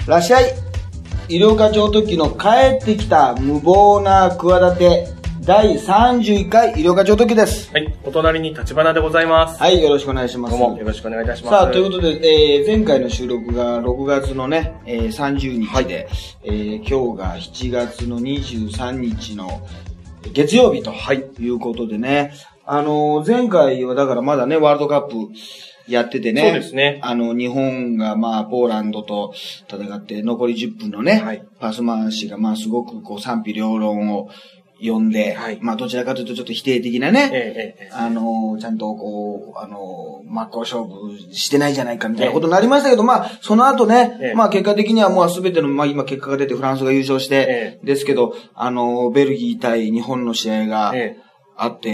らっしゃい。医療課長特急の帰ってきた無謀な企て第31回医療課長特急です。 はい。お隣に立花でございます。 はい。よろしくお願いします。 どうもよろしくお願いいたします。 さあ、ということで、前回の収録が6月のね、30日で、今日が7月の23日の月曜日ということでね、前回はだからまだね、ワールドカップやっててね。 そうですね。 日本がポーランドと戦って残り10分のね、パス回しがすごく賛否両論を呼んで、どちらかというとちょっと否定的なね、ちゃんと真っ向勝負してないじゃないかみたいなことになりましたけど、その後ね、結果的にはもう全ての、今結果が出てフランスが優勝して、ですけど、ベルギー対日本の試合があって、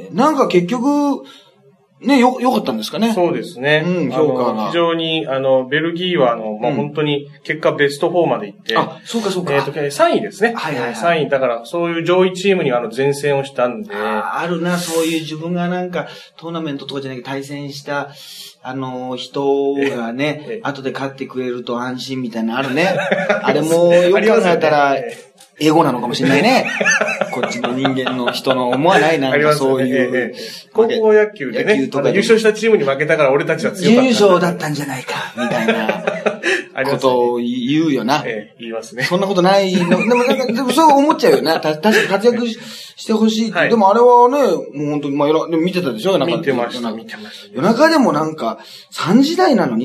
なんか結局、ね、よかったんですかね。 そうですね。 評価が。 非常に、ベルギーは、本当に、結果ベスト4まで行って。 そうか。 3位ですね。3位。だから、そういう上位チームに前線をしたんで。 あるな、そういう自分がなんか、トーナメントとかじゃなくて対戦した、人がね、後で勝ってくれると安心みたいなのあるね。あれも、よく考えたら、英語なのかもしれないね。こっちの人間の人の思わないなんかそういう。 高校野球でね、優勝したチームに負けたから俺たちは強かった。 優勝だったんじゃないか、みたいなことを言うよな。 言いますね。 そんなことないの。でもそう思っちゃうよな。確かに活躍してほしい。でもあれはね、もう本当に、でも見てたでしょ、夜中。 見てました。 夜中でもなんか、3時台なのに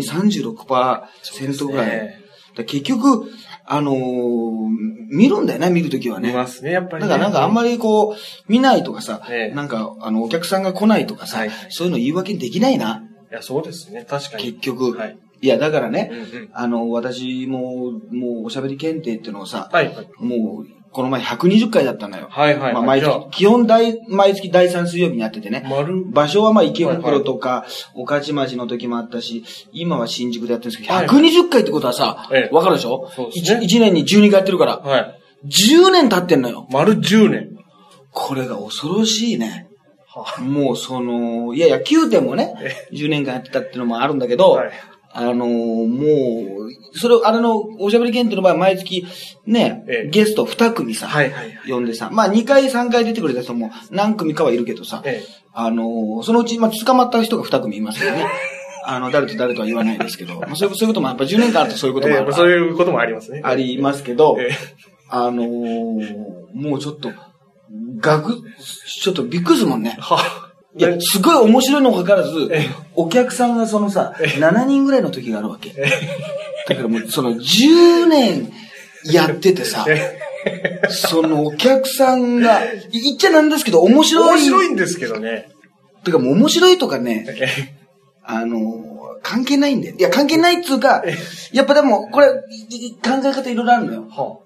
36% ぐらい。結局、見るんだよね、見るときはね。 見ますね、やっぱり、ね。 だからなんかあんまり見ないとかさ、なんかお客さんが来ないとかさ、そういうの言い訳できないな。 いや、そうですね、確かに。 結局。いや、だからね、私もうおしゃべり検定っていうのをさ、もう、この前120回だったのよ。毎月、基本毎月第3水曜日にやっててね。場所は池袋とか、御徒町の時もあったし、今は新宿でやってるんですけど、120回ってことはさ、わかるでしょ？ 1 年に12回やってるから。10年経ってんのよ。 丸10年。 これが恐ろしいね。もう9点もね、10年間やってたっていうのもあるんだけど、もう、それを、おしゃべり検定の場合は毎月、ね、ゲスト2組さ、呼んでさ、2回3回出てくれた人も何組かはいるけどさ、そのうち、捕まった人が2組いますよね。誰と誰とは言わないですけど、そういうことも、やっぱ10年間あるとそういうこともある。 そういうこともありますね。 ありますけど、もうちょっと、ちょっとびっくりするもんね。いや、すごい面白いのにもかかわらず、お客さんが7人ぐらいの時があるわけ。だからもう、10年やっててさ、お客さんが、言っちゃなんですけど、面白いんですけどね。 てかもう面白いとかね、関係ないんだよ。いや、関係ないっつうか、やっぱでも、これ、考え方いろいろあるのよ。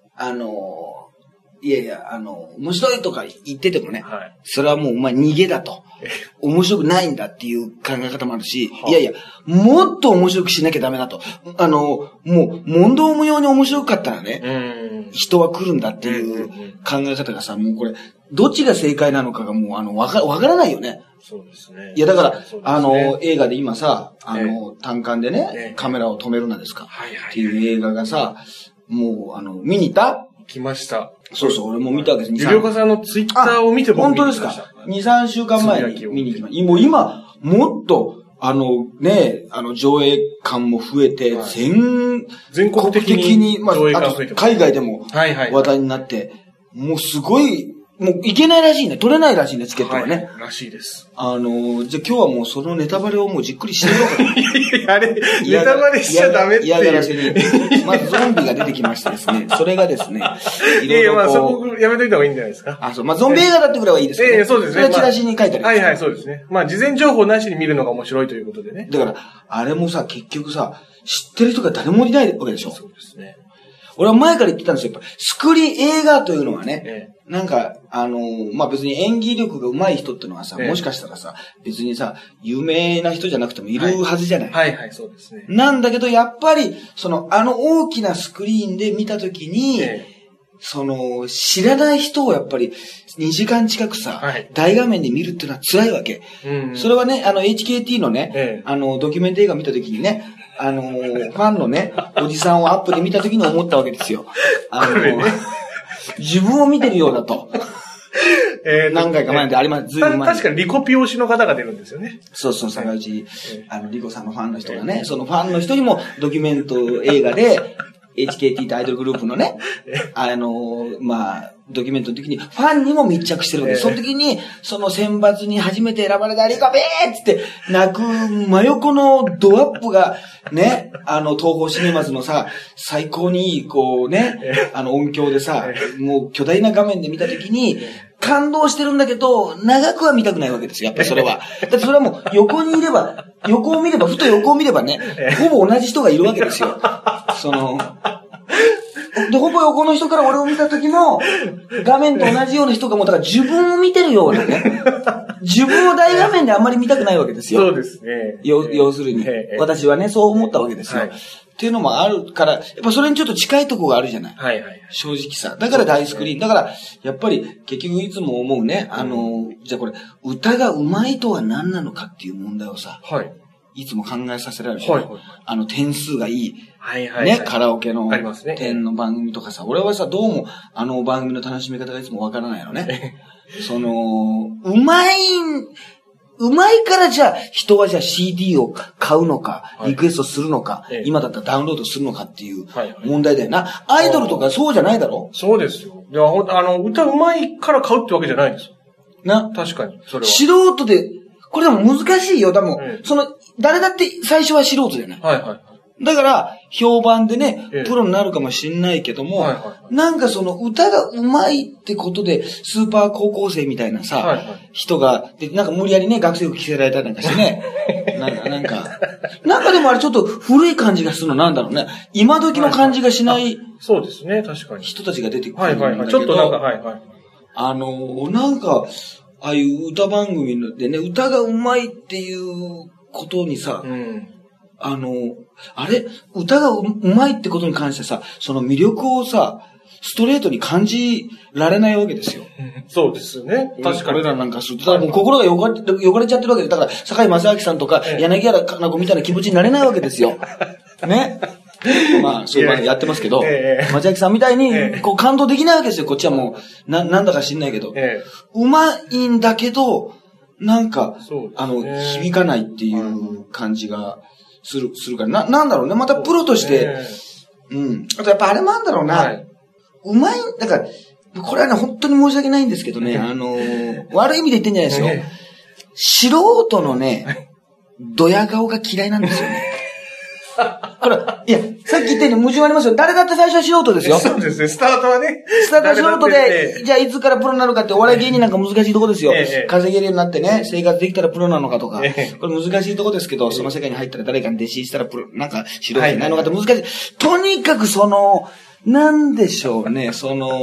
いや、面白いとか言っててもね、それはもうお前逃げだと。面白くないんだっていう考え方もあるし、いや、もっと面白くしなきゃダメだと。もう、問答無用に面白かったらね、人は来るんだっていう考え方がさ、もうこれ、どっちが正解なのかがもう、わからないよね。 そうですね。 いや、だから、映画で今さ、単館でね、カメラを止めるなですか。っていう映画がさ、もう、見に行った？ 来ました。 そう、俺も見たわけです。 医療家さんのツイッターを見て本当ですか？ 2、3週間前に見に行きました。もう今、もっと、上映館も増えて、 全国的に、 あと海外でも話題になって、もうすごい、もう行けないらしいね。取れないらしいね、チケットがね。 らしいです。 じゃあ今日はもうそのネタバレをもうじっくりしてみようかな。あれ、ネタバレしちゃダメっていう。 嫌がらせに。まずゾンビが出てきましてですね。それがですね。 そこやめといた方がいいんじゃないですか。 ゾンビ映画だってくらいはいいですけど。 そうですね。 それはチラシに書いてあります。 そうですね。事前情報なしに見るのが面白いということでね。 だから、あれもさ、結局さ、知ってる人が誰もいないわけでしょ。 そうですね。 俺は前から言ってたんですよ。やっぱスクリーン映画というのはね、なんか、別に演技力が上手い人ってのはさ、もしかしたらさ、別にさ、有名な人じゃなくてもいるはずじゃない。 そうですね。 なんだけど、やっぱり、大きなスクリーンで見たときに、知らない人をやっぱり2時間近くさ、大画面で見るっていうのは辛いわけ。それはね、HKT のね、ドキュメント映画見たときにね、 ファンのね、おじさんをアップで見た時に思ったわけですよ。自分を見てるようだと。何回か前であります。ずいぶん前。 確かにリコピ推しの方が出るんですよね。 そう、坂内、リコさんのファンの人がね、そのファンの人にもドキュメント映画で、HKT ってアイドルグループのね、ドキュメントの時にファンにも密着してるんで、その時に、その選抜に初めて選ばれたリコピーっつって泣く真横のドアップがね、東宝シネマズのさ、最高にいい、こうね、音響でさ、もう巨大な画面で見た時に、感動してるんだけど、長くは見たくないわけですよ、やっぱりそれは。だってそれはもう横にいれば、ふと横を見ればね、ほぼ同じ人がいるわけですよ。で、ほぼ横の人から俺を見た時も、画面と同じような人がもう、だから自分を見てるようなね。自分を大画面であんまり見たくないわけですよ。 そうですね。 要するに、私はね、そう思ったわけですよ。っていうのもあるから、やっぱそれにちょっと近いとこがあるじゃない。正直さ。だから大スクリーン。だから、やっぱり結局いつも思うね、じゃあこれ、歌が上手いとは何なのかっていう問題をさ、いつも考えさせられるでしょ。点数がいい。ね、カラオケの点の番組とかさ、俺はさ、どうも番組の楽しみ方がいつもわからないのね。うまいからじゃあ、人はじゃあ CD を買うのか、リクエストするのか、今だったらダウンロードするのかっていう問題だよな。アイドルとかそうじゃないだろ？ そうですよ。いや、歌うまいから買うってわけじゃないですよ。確かに。それは。 素人で、これでも難しいよ。でも、誰だって最初は素人じゃない。だから、評判でね、プロになるかもしんないけども、なんか歌が上手いってことで、スーパー高校生みたいなさ、人が、で、なんか無理やりね、学生服着せられたりなんかしてね、なんかでもあれちょっと古い感じがするのなんだろうね。今時の感じがしない。 そうですね、確かに。 人たちが出てくるんだけど。 ちょっとなんか、 なんか、ああいう歌番組でね、歌が上手いっていうことにさ、歌が上手いってことに関してさ、その魅力をさ、ストレートに感じられないわけですよ。 そうですね。確かに。 俺らなんかすると、もう心が汚れちゃってるわけで、だから、坂井正明さんとか、柳原かな子みたいな気持ちになれないわけですよ。ね。そういう場でやってますけど、正明さんみたいに、こう感動できないわけですよ。こっちはもう、なんだか知んないけど。うまいんだけど、なんか、響かないっていう感じが、するから、なんだろうね。またプロとして、あとやっぱあれもあんだろうな。うまい、だから、これはね、本当に申し訳ないんですけどね、悪い意味で言ってんじゃないですよ。素人のね、ドヤ顔が嫌いなんですよね。これ、いや、さっき言ったように矛盾ありますよ。誰だって最初は素人ですよ。 そうですね、スタートはね。 スタートは素人で、じゃあいつからプロになるかってお笑い芸人なんか難しいとこですよ。稼げるようになってね、生活できたらプロなのかとか。これ難しいとこですけど、その世界に入ったら誰かに弟子したらプロ、なんか素人になるのかって難しい。とにかくなんでしょうね、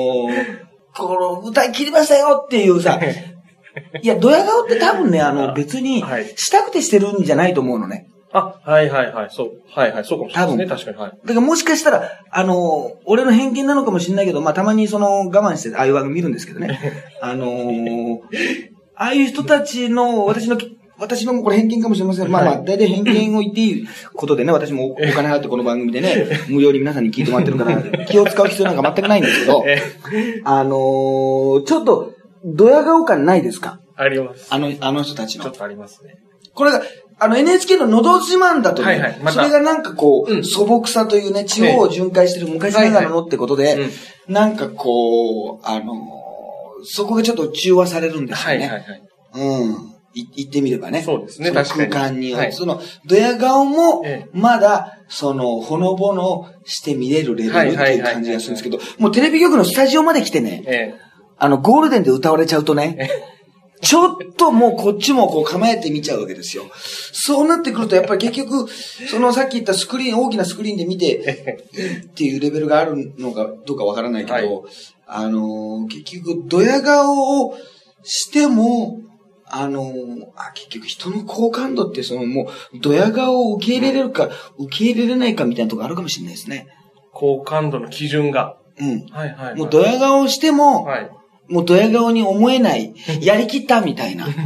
歌い切りましたよっていうさ、いや、ドヤ顔って多分ね、別に、したくてしてるんじゃないと思うのね。 そう。そうかもしれないですね。確かに。 だからもしかしたら、俺の偏見なのかもしれないけど、たまに我慢して、ああいう番組見るんですけどね。ああいう人たちの、私のこれ偏見かもしれません。大体偏見を言っていいことでね、私もお金払ってこの番組でね、無料に皆さんに聞いてもらってるから、気を使う必要なんか全くないんですけど、ちょっと、ドヤ顔感ないですか？ あります。 あの人たちの。 ちょっとありますね。 これが、NHK ののど自慢だとね、それがなんかこう、素朴さというね、地方を巡回してる昔ながらのってことで、なんかこう、そこがちょっと中和されるんですよね。言ってみればね。 そうですね、確かに。 空間に、ドヤ顔も、まだ、ほのぼのして見れるレベルっていう感じがするんですけど、もうテレビ局のスタジオまで来てね、ゴールデンで歌われちゃうとね、ちょっともうこっちもこう構えて見ちゃうわけですよ。そうなってくるとやっぱり結局、さっき言った大きなスクリーンで見て、いいっていうレベルがあるのかどうかわからないけど、結局、ドヤ顔をしても、結局人の好感度ってもう、ドヤ顔を受け入れれるか、受け入れれないかみたいなとこあるかもしれないですね。 好感度の基準が。 もうドヤ顔しても、もうドヤ顔に思えない、やりきったみたいな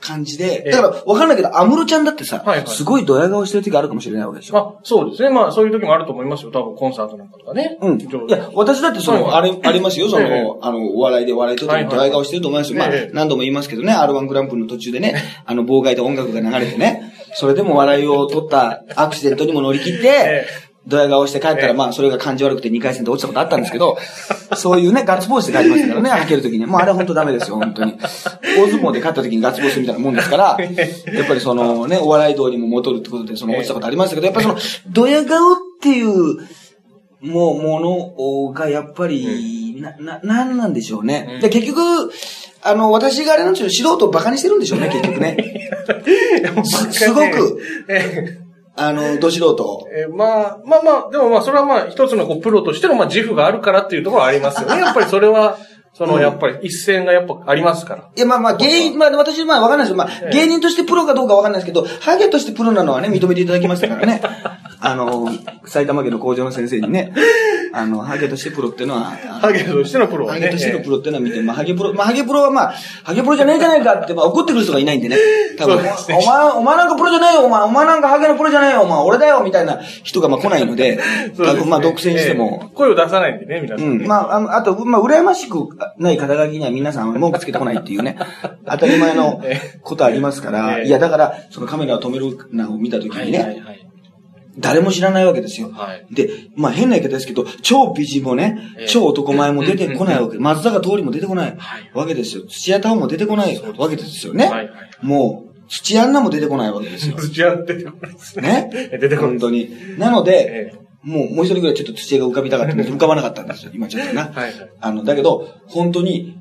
感じで、だからわかんないけど、安室ちゃんだってさ、すごいドヤ顔してる時あるかもしれないわけでしょ。 あ、そうですね。まあそういう時もあると思いますよ。多分コンサートなんかとかね。 うん。いや、私だってありますよ。お笑いでちょっとドヤ顔してると思いますよ。まあ、何度も言いますけどね、R1 グランプリの途中でね、妨害で音楽が流れてね、それでも笑いを取ったアクシデントにも乗り切って、ドヤ顔して帰ったら、まあ、それが感じ悪くて2回戦で落ちたことあったんですけど、そういうね、ガッツポーズで帰りましたからね、開けるときに。もうあれは本当ダメですよ、本当に。大相撲で勝ったときにガッツポーズみたいなもんですから、やっぱりそのね、お笑い道にも戻るってことで、落ちたことありましたけど、やっぱりドヤ顔っていう、ものが、やっぱり、なんなんでしょうね。で、結局、私があれなんですよ、素人を馬鹿にしてるんでしょうね、結局ね。すごく、ど素人。 まあ、でもまあ、それはまあ、一つのプロとしての自負があるからっていうところはありますよね。やっぱりそれは、やっぱり一線がやっぱありますから。 いや、私、わかんないですよ。芸人としてプロかどうかわかんないですけど、ハゲとしてプロなのはね、認めていただきましたからね。埼玉県の工場の先生にね、ハゲとしてプロっていうのは、 ハゲとしてのプロはね。ハゲとしてのプロっていうのは見て、ハゲプロはハゲプロじゃねえじゃないかって、怒ってくる人がいないんでね。多分、お前なんかプロじゃないよ、お前なんかハゲのプロじゃないよ、俺だよ、みたいな人が来ないので、独占しても。 声を出さないんでね、皆さん。 うん。あと、羨ましくない肩書きには皆さん文句つけてこないっていうね、当たり前のことありますから、いや、だから、そのカメラを止めるなを見たときにね、誰も知らないわけですよ。で、変な言い方ですけど、超美人もね、超男前も出てこないわけ。松坂桃李も出てこないわけですよ。土屋太鳳も出てこないわけですよね。もう、土屋アンナも出てこないわけですよ。 土屋出てこないですね。 出てこない。本当に。なので、もう一人ぐらいちょっと土屋が浮かびたかったんですけど、浮かばなかったんですよ。今ちょっとな。だけど、本当に、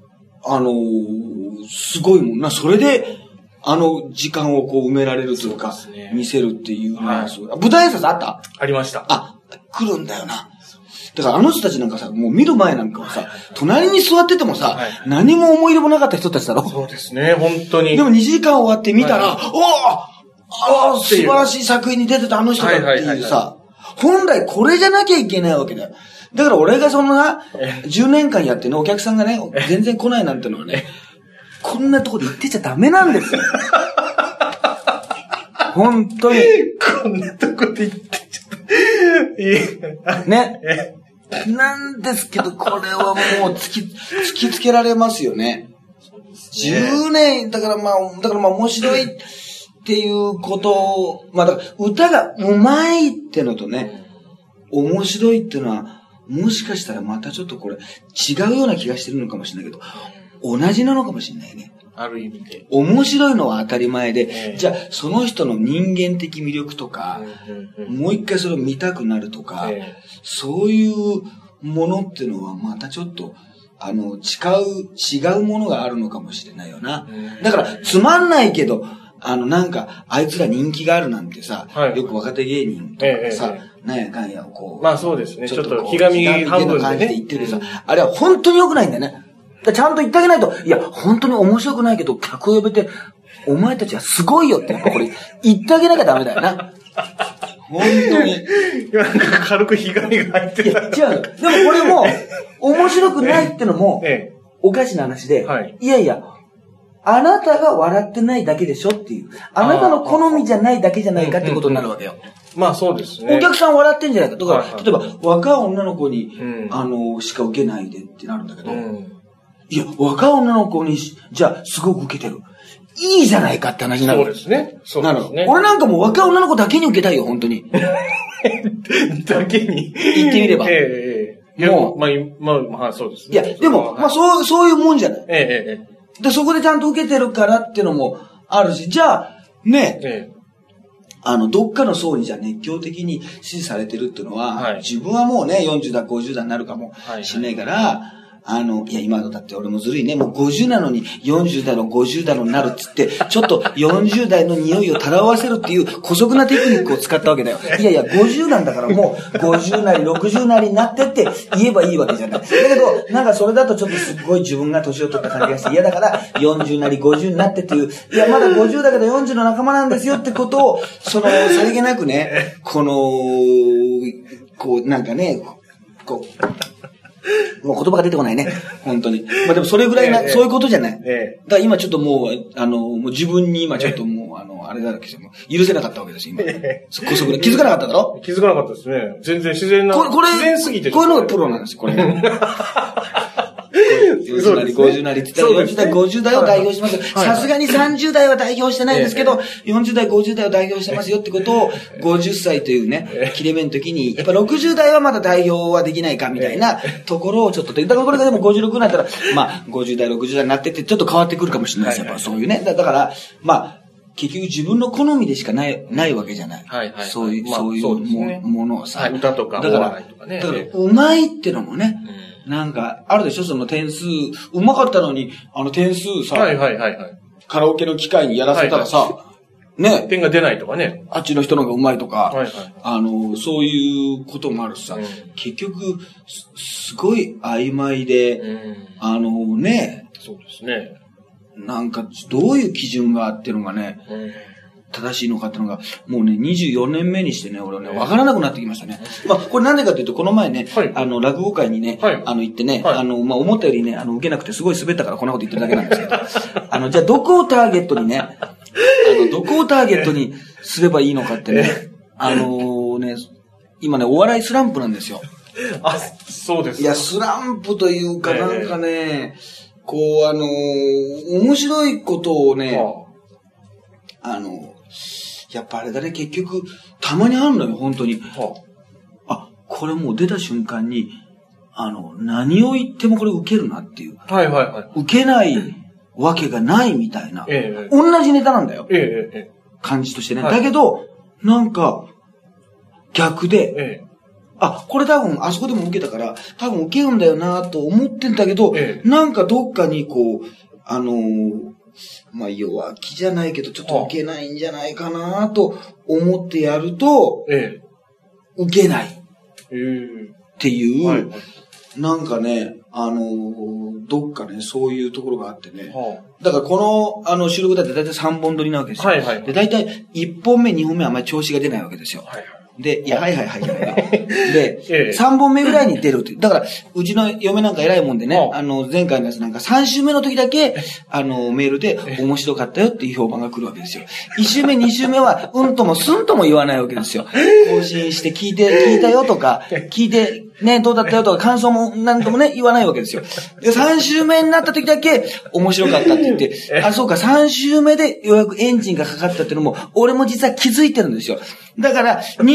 すごいもんな。それで、時間を埋められるというか、見せるっていうのは、舞台挨拶あった？ ありました。 来るんだよな。だから人たちなんかさ、もう見る前なんかはさ、隣に座っててもさ、何も思い入れもなかった人たちだろ？ そうですね、本当に。 でも2時間終わって見たら、素晴らしい作品に出てたあの人だっていうさ、本来これじゃなきゃいけないわけだよ。だから俺が10年間やってね、お客さんがね、全然来ないなんてのはね、こんなとこで言ってちゃダメなんですよ。本当に。 こんなとこで言ってちゃね。なんですけど、これはもう突きつけられますよね。10年、だから面白いっていうことを、だから歌が上手いってのとね、面白いっていうのは、もしかしたらまたちょっとこれ違うような気がしてるのかもしれないけど、同じなのかもしれないね。 ある意味で。 面白いのは当たり前で、じゃあその人の人間的魅力とか、もう一回それを見たくなるとか、そういうものっていうのはまたちょっと、違うものがあるのかもしれないよな。だから、つまんないけど、なんか、あいつら人気があるなんてさ、よく若手芸人とかさ、なんやかんやそうですね。ちょっと、ひがみ半分で言ってるさ、あれは本当に良くないんだよね。ちゃんと言ってあげないと、いや、本当に面白くないけど、客を呼べて、お前たちはすごいよって、やっぱこれ、言ってあげなきゃダメだよな。本当に。 なんか軽くひがみが入ってた。 いや、違う。でもこれも、面白くないってのも、おかしな話で、いやいや、あなたが笑ってないだけでしょっていう。あなたの好みじゃないだけじゃないかってことになるわけよ。 そうですね。 お客さん笑ってんじゃないかとか、例えば、若い女の子に、しか受けないでってなるんだけど、いや、若い女の子に、じゃあ、すごく受けてる。いいじゃないかって話になる。 そうですね。そうですね。 俺なんかもう若い女の子だけに受けたいよ、本当に。 だけに。 言ってみれば。 もう、そうですね。いや、でも、そういうもんじゃない。で、そこでちゃんと受けてるからっていうのもあるし、じゃあ、ね、どっかの層にじゃあ熱狂的に支持されてるっていうのは、自分はもうね、40代、50代になるかもしれないから、いや、今のだって俺もずるいね。もう50なのに40代の50代のになるっつって、ちょっと40代の匂いを漂わせるっていう姑息なテクニックを使ったわけだよ。いやいや、50なんだからもう50なり60なりになってって言えばいいわけじゃない。だけど、なんかそれだとちょっとすっごい自分が年を取った感じがして嫌だから40なり50になってっていう、いや、まだ50だけど40の仲間なんですよってことを、さりげなくね、なんかね、 もう言葉が出てこないね。本当に。まあでもそれぐらいな、そういうことじゃない。だから今ちょっともう、もう自分に今ちょっともう、あれだらけで、許せなかったわけですよ、今。こそぐらい。気づかなかっただろ？ 気づかなかったですね。全然自然な。 これ、 自然すぎて。 こういうのがプロなんですよ、これ。40なり50なりって言ったら40代50代を代表しますよ。さすがに30代は代表してないんですけど、40代50代を代表してますよってことを50歳というね、切れ目の時に、やっぱ60代はまだ代表はできないかみたいなところをちょっと、だからこれがでも56になったら、まあ50代60代になってってちょっと変わってくるかもしれないですよ。やっぱそういうね。だから、まあ、結局自分の好みでしかないわけじゃない。 はいはい。 そういうものをさ。 歌とか、お笑いとかね。 だから、うまいってのもね、なんか、あるでしょその点数、うまかったのに、点数さ、カラオケの機械にやらせたらさ、ね。 点が出ないとかね。 あっちの人の方がうまいとか、そういうこともあるしさ、結局、すごい曖昧で、ね。 そうですね。 なんか、どういう基準があってのがね、正しいのかっていうのが、もうね、24年目にしてね、俺はね、わからなくなってきましたね。まあ、これなんでかっていうと、この前ね、落語会にね、行ってね、まあ、思ったよりね、受けなくてすごい滑ったからこんなこと言ってるだけなんですけど、じゃあ、どこをターゲットにね、どこをターゲットにすればいいのかってね、今ね、お笑いスランプなんですよ。 あ、そうですか。 いや、スランプというか、なんかね、こう、面白いことをね、やっぱあれだね、結局、たまにあるのよ、本当に。これもう出た瞬間に、何を言ってもこれ受けるなっていう。受けないわけがないみたいな。同じネタなんだよ。感じとしてね。だけど、なんか、逆で、これ多分、あそこでも受けたから、多分受けるんだよなと思ってんだけど、なんかどっかにこう、まあ、弱気じゃないけど、ちょっと受けないんじゃないかなと思ってやると、受けない。っていう、なんかね、どっかね、そういうところがあってね。だからこの、収録だって大体3本撮りなわけですよ。で、大体1本目、2本目はあんまり調子が出ないわけですよ。で、いや、はいじゃないか。で、3本目ぐらいに出るって。だから、うちの嫁なんか偉いもんでね、前回のやつなんか3週目の時だけ、メールで面白かったよっていう評判が来るわけですよ。1週目、2週目は、うんともすんとも言わないわけですよ。更新して聞いたよとか、聞いて、ね、どうだったよとか、感想も何ともね、言わないわけですよ。で、3週目になった時だけ、面白かったって言って、そうか、3週目でようやくエンジンがかかったっていうのも、俺も実は気づいてるんですよ。だから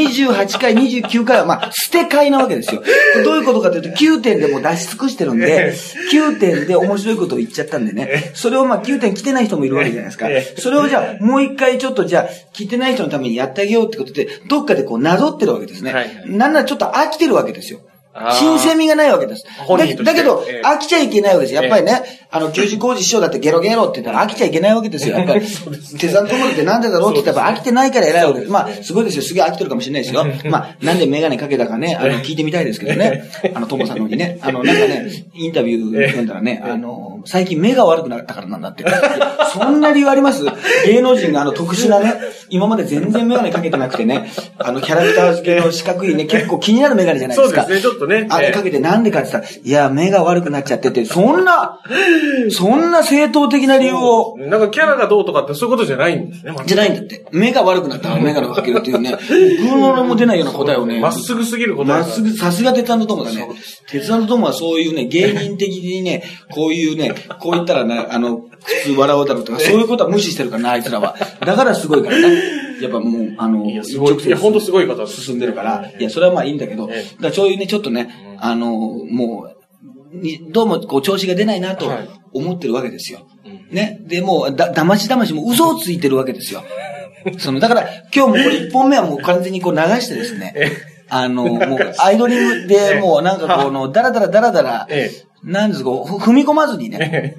、28回、29回は、まあ、捨て回なわけですよ。どういうことかというと、9点でも出し尽くしてるんで、9点で面白いことを言っちゃったんでね、それをまあ、9点来てない人もいるわけじゃないですか。それをじゃあ、もう一回ちょっとじゃあ、来てない人のためにやってあげようってことで、どっかでこう、なぞってるわけですね。なんならちょっと飽きてるわけですよ。新鮮味がないわけです。だけど、飽きちゃいけないわけです。やっぱりね、給仕工事師匠だってゲロゲロって言ったら飽きちゃいけないわけですよ。やっぱり、手算友達ってなんでだろうって言ったら飽きてないから偉いわけです。まあ、すごいですよ。すげえ飽きてるかもしれないですよ。まあ、なんでメガネかけたかね、聞いてみたいですけどね。友さんのにね。なんかね、インタビュー読んだらね、最近目が悪くなったからなんだって。そんな理由あります？芸能人が特殊なね、今まで全然メガネかけてなくてね、キャラクター付けの四角いね、結構気になるメガネじゃないですか。 そうですね、ちょっとね。 かけてなんでかって言ったら、いや、目が悪くなっちゃってて、そんな正当的な理由を。 なんかキャラがどうとかってそういうことじゃないんですね。 じゃないんだって。目が悪くなったらメガネをかけるっていうね、僕のも出ないような答えをね。 まっすぐすぎる答え。 まっすぐ、さすが鉄腕の友だね。鉄腕の友はそういうね、芸人的にね、こういうね、こう言ったらね、普通笑うだろうとか、そういうことは無視してるからな、あいつらは。だからすごいからね。やっぱもう、 いや、ほんとすごい方進んでるから、いや、それはまあいいんだけど、だからそういうね、ちょっとね、もう、どうもこう調子が出ないなと思ってるわけですよ。ね。で、もう、騙しも嘘をついてるわけですよ。だから、今日もこれ1本目はもう完全にこう流してですね、もう、アイドリングでもうなんかダラダラ、なんですか、踏み込まずにね、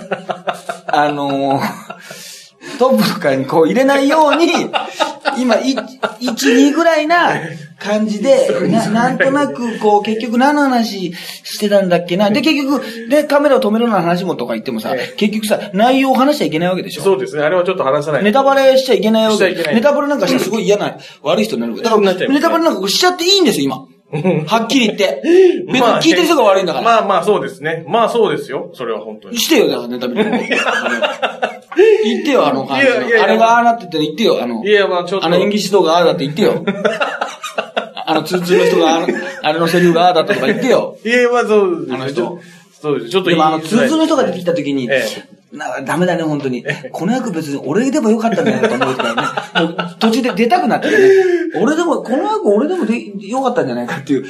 トップとかにこう入れないように、今、1、2ぐらいな感じで、なんとなく、こう、結局何の話してたんだっけな。で、結局、で、カメラを止めるような話もとか言ってもさ、結局さ、内容を話しちゃいけないわけでしょ。 そうですね。あれはちょっと話さない。 ネタバレしちゃいけないわけで。ネタバレなんかしたらすごい嫌な、悪い人になるわけ。だから、ネタバレなんかしちゃっていいんですよ、今。 はっきり言って。別に聞いてる人が悪いんだから。 まあまあそうですね。まあそうですよ。それは本当に。 してよ、だからね、ダメだ。言ってよ、あの感じ。あれがああなってて言ってよ、 いや、まあちょっと。 演技指導がああだって言ってよ。ツーツーの人があれのセリフがああだったとか言ってよ。 いや、まあそうあの人。 そうです。ちょっとでもツーツーの人が出てきた時に、ダメだね、本当に。この役別に俺でもよかったんじゃないかと思うからね。もう途中で出たくなってね。この役俺でもよかったんじゃないかっていう、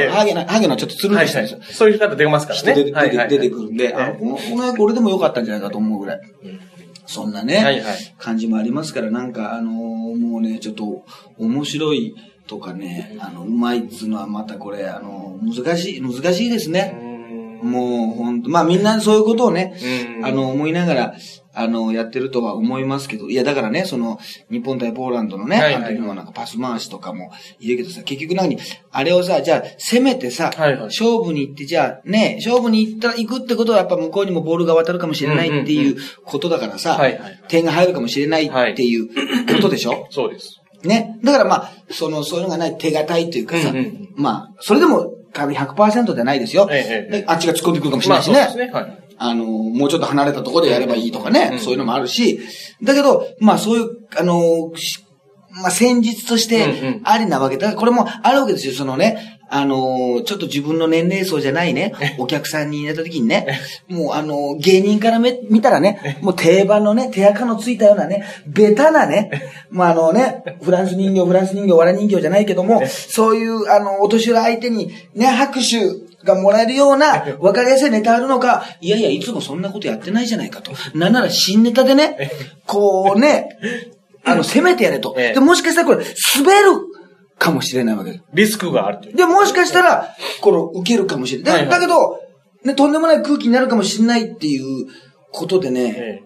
ハゲなちょっとつるんとしたんですよ。 そういう方出ますからね。 出てくるんで、この役俺でもよかったんじゃないかと思うぐらい。そんなね、感じもありますから、なんかもうね、ちょっと面白いとかね、うまいっつうのはまたこれ、難しいですね。もう本当、まあみんなそういうことをね、思いながら、やってるとは思いますけど、いやだからね、日本対ポーランドのね、あの時のなんかパス回しとかもいるけどさ、結局あれをさ、じゃあ攻めてさ、勝負に行って、じゃあね、勝負に行くってことはやっぱ向こうにもボールが渡るかもしれないっていうことだからさ、点が入るかもしれないっていうことでしょ？ そうです。 ね。だからまあ、そういうのがない手堅いというかさ、まあ、それでも、100% じゃないですよ。あっちが突っ込んでくるかもしれないしね。そうですね。もうちょっと離れたところでやればいいとかね。そういうのもあるし。だけど、まあそういう、まあ戦術としてありなわけだ。これもあるわけですよ。ちょっと自分の年齢層じゃないね、お客さんに入れた時にね、もう芸人から見たらね、もう定番のね、手垢のついたようなね、ベタなね、まあフランス人形、わら人形じゃないけども、そういうお年寄り相手にね、拍手がもらえるような、わかりやすいネタあるのか、いやいや、いつもそんなことやってないじゃないかと。なんなら新ネタでね、こうね、攻めてやれと。で、もしかしたらこれ、滑るかもしれないわけ。 リスクがあるという。 で、もしかしたら、受けるかもしれない。だけど、ね、とんでもない空気になるかもしれないっていうことでね、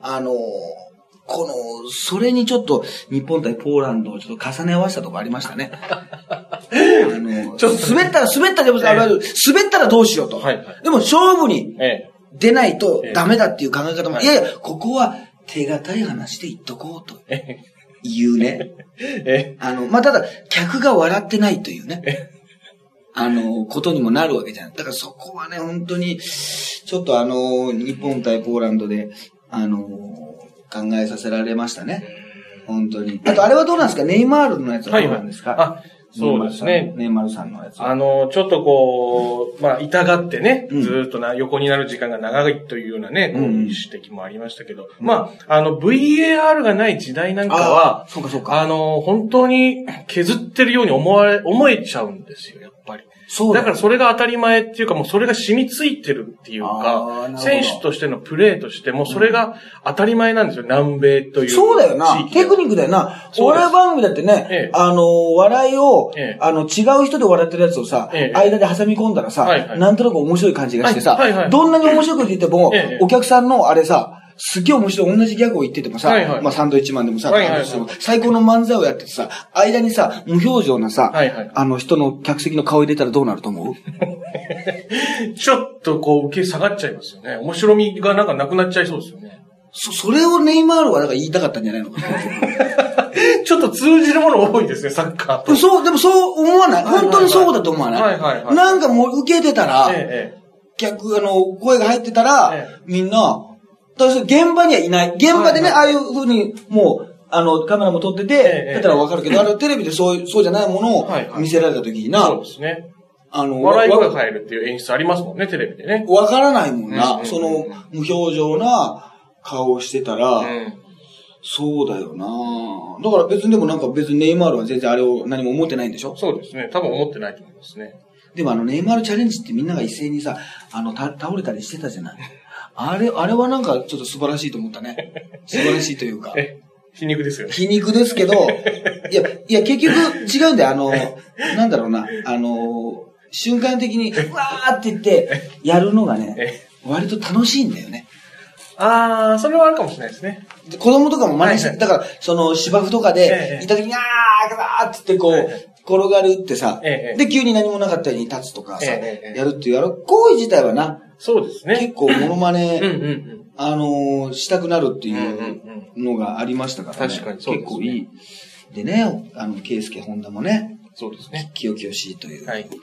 それにちょっと、日本対ポーランドをちょっと重ね合わせたとこありましたね。ちょっと滑ったらでも滑ったらどうしようと。でも勝負に出ないとダメだっていう考え方も、いやいや、ここは手堅い話で言っとこうと。いうね。まあ、ただ、客が笑ってないというね。ことにもなるわけじゃん。だからそこはね、本当に、ちょっと日本対ポーランドで、考えさせられましたね。本当に。あと、あれはどうなんですか？ネイマールのやつはどうなんですか？ そうですね。 ネイマールさんのやつ。ちょっとまあ、痛がってね、ずーっと横になる時間が長いというようなね、指摘もありましたけど、まあ、VAR がない時代なんかは、 そうか。 本当に削ってるように思えちゃうんですよ、やっぱり。だからそれが当たり前っていうか、もうそれが染みついてるっていうか、選手としてのプレーとしても、それが当たり前なんですよ、南米という。 そうだよな。テクニックだよな。お笑い番組だってね、笑いを、違う人で笑ってるやつをさ、間で挟み込んだらさ、なんとなく面白い感じがしてさ、どんなに面白いこと言っても、お客さんのあれさ、すっげえ面白い同じギャグを言っててもさ、まあサンドイッチマンでもさ、最高の漫才をやっててさ、間にさ、無表情なさ、人の客席の顔入れたらどうなると思う？ ちょっと受け下がっちゃいますよね。面白みがなんかなくなっちゃいそうですよね。 それをネイマールはだから言いたかったんじゃないのかな。 ちょっと通じるもの多いですね、サッカーと。 でもそう思わない。本当にそうだと思わない。なんかもう受けてたら、声が入ってたら、みんな、現場にはいない。現場でね、ああいう風に、もう、カメラも撮ってて、だったらわかるけど、テレビでそうじゃないものを見せられた時にな。 そうですね。笑い声が入るっていう演出ありますもんね、テレビでね。 わからないもんな。無表情な顔をしてたら、そうだよな。だから別にネイマールは全然あれを何も思ってないんでしょ？ そうですね。多分思ってないと思いますね。 でもネイマールチャレンジってみんなが一斉にさ、倒れたりしてたじゃない。あれはなんかちょっと素晴らしいと思ったね。素晴らしいというか。 皮肉ですよね。 皮肉ですけど、いや、結局違うんだよ。なんだろうな、瞬間的に、わーって言って、やるのがね、割と楽しいんだよね。 それはあるかもしれないですね。 子供とかも真似して、だから、芝生とかで、いた時に、ガーってこう、転がるってさ、で、急に何もなかったように立つとかさ、やるっていう、行為自体はな、 そうですね。 結構モノマネ、したくなるっていうのがありましたからね。 確かにそうですね。 結構いい。でね、ケイスケホンダもね、 そうですね。 清々しいという。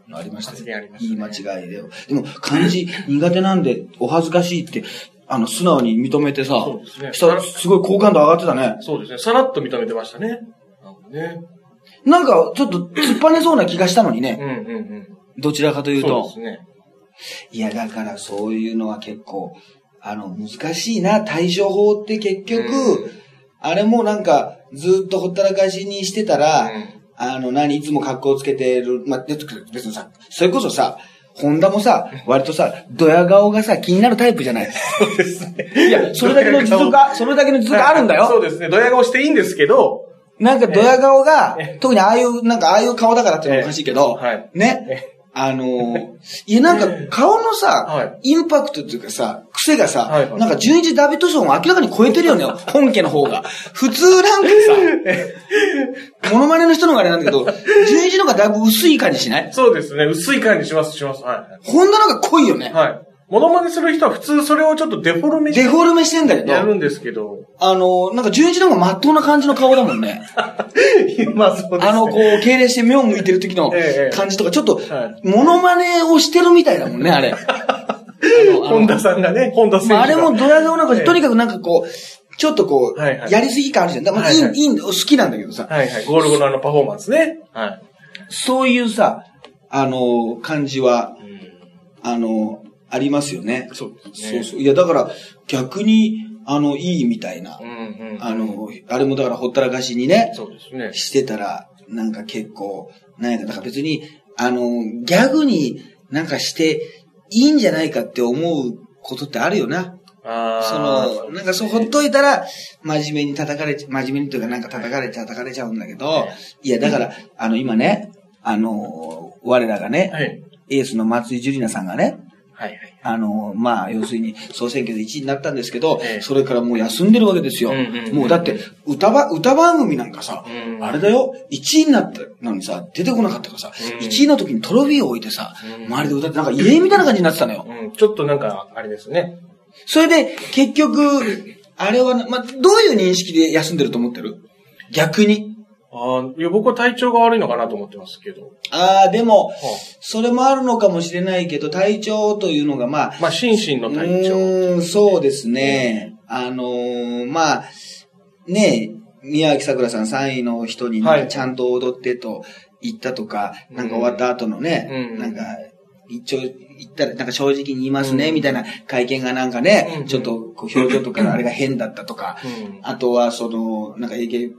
ありましたよ。 言い間違いで。でも、漢字苦手なんで、お恥ずかしいって、素直に認めてさ、そうですね。すごい好感度上がってたね。 そうですね。さらっと認めてましたね。 なんか、ちょっと突っ張ねそうな気がしたのにね。どちらかというと。そうですね。いや、だからそういうのは結構、難しいな。対処法って結局、あれもなんか、ずっとほったらかしにしてたら、いつも格好つけてる。まあ、別にさ、それこそさ、ホンダもさ、割とさ、ドヤ顔がさ、気になるタイプじゃない。 そうですね。 いや、それだけの実力あるんだよ。 そうですね。ドヤ顔していいんですけど、 なんかドヤ顔が、特にああいう顔だからっていうのはおかしいけど、ね。いやなんか顔のさ、インパクトっていうかさ、癖がさ、なんか純一ダビッドソンを明らかに超えてるよね、本家の方が。普通なんかさ、モノマネの人の方があれなんだけど、純一の方がだいぶ薄い感じしない？ そうですね、薄い感じします。はい。 ホンダなんか濃いよね。 はい。モノマネする人は普通それをちょっとデフォルメしてんだけど。 やるんですけど。 なんか純一の方が真っ当な感じの顔だもんね。 まあそうですね。 こう、敬礼して目を向いてる時の感じとか、ちょっと、モノマネをしてるみたいだもんね、あれ。 本田さんがね、本田選手が。 あれもドヤ顔なんか、とにかくなんかこう、ちょっとこう、やりすぎ感あるじゃん。だから好きなんだけどさ。 はいはい。ゴール後のパフォーマンスね。はい。 そういうさ、感じは、ありますよね。 そうですね。 そう。いや、だから、逆に、いいみたいな。あれもだからほったらかしにね。 そうですね。 してたら、なんか結構、だから別に、ギャグになんかしていいんじゃないかって思うことってあるよな。なんかほっといたら、真面目にというかなんか叩かれちゃうんだけど、いや、だから、今ね、我らがね、エースの松井樹里奈さんがね、まあ、要するに、総選挙で1位になったんですけど、それからもう休んでるわけですよ。もうだって、歌番組なんかさ、あれだよ、1位になったのにさ、出てこなかったからさ、1位の時にトロフィーを置いてさ、周りで歌ってなんか異例みたいな感じになってたのよ。 ちょっとなんか、あれですね。 それで、結局、あれは、まあ、どういう認識で休んでると思ってる？逆に。 いや、僕は体調が悪いのかなと思ってますけど。 でも、それもあるのかもしれないけど、体調というのがまあ。 まあ、心身の体調。 そうですね。まあ、ね、宮脇桜さん3位の人になんかちゃんと踊ってと言ったとか、なんか終わった後のね、なんか、一応言ったら、なんか正直に言いますね、みたいな会見がなんかね、ちょっとこう表情とかあれが変だったとか、あとはなんか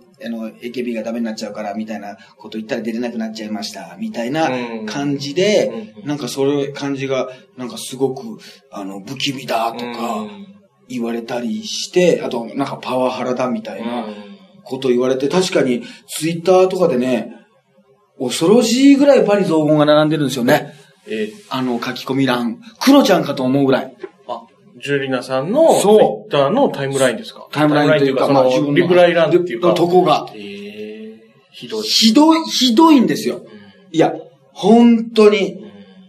AKB がダメになっちゃうから、みたいなこと言ったら出れなくなっちゃいました、みたいな感じで、なんかそれ感じが、なんかすごく、不気味だとか、言われたりして、あと、なんかパワハラだみたいなこと言われて、確かにツイッターとかでね、恐ろしいぐらい罵詈雑言が並んでるんですよね。書き込み欄。クロちゃんかと思うぐらい。 ジュリナさんのツイッターのタイムラインですか？ タイムラインというか、まあ自分のリプライ欄っていうか。 とこが。 ひどい。 ひどいんですよ。いや、本当に。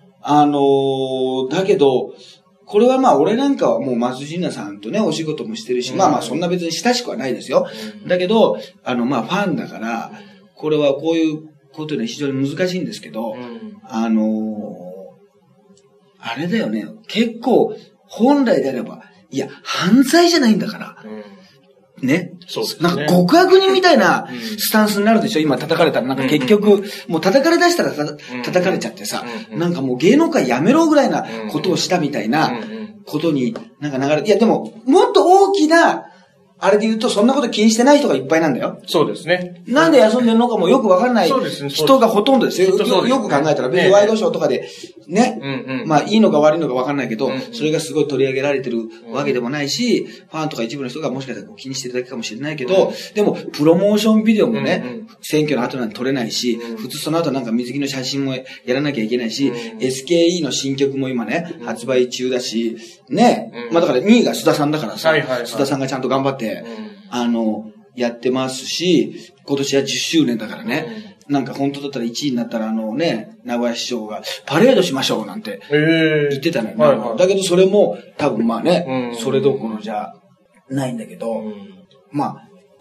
だけど、これはまあ俺なんかはもう松ジナさんとね、お仕事もしてるし、まあまあそんな別に親しくはないですよ。だけど、まあファンだから、これはこういうことで非常に難しいんですけど、あれだよね、結構、本来であれば、いや、犯罪じゃないんだから。ね。 そうですね。 なんか極悪人みたいなスタンスになるでしょ、今叩かれたら。なんか結局、もう叩かれ出したら叩かれちゃってさ、なんかもう芸能界やめろぐらいなことをしたみたいなことになんか流れて、いやでも、もっと大きな、あれで言うと、そんなこと気にしてない人がいっぱいなんだよ。 そうですね。 なんで休んでるのかもよくわからない人がほとんどですよ。よく考えたら、別にワイドショーとかで、ね。まあ、いいのか悪いのかわからないけど、それがすごい取り上げられてるわけでもないし、ファンとか一部の人がもしかしたら気にしてるだけかもしれないけど、でも、プロモーションビデオもね、選挙の後なんて撮れないし、普通その後なんか水着の写真もやらなきゃいけないし、SKE の新曲も今ね、発売中だし、ね。まあだから2位が須田さんだからさ、須田さんがちゃんと頑張って、やってますし、今年は10周年だからね、なんか本当だったら1位になったらね、名古屋市長がパレードしましょうなんて言ってたのよ。だけどそれも多分まあね、それどころじゃないんだけど、まあ、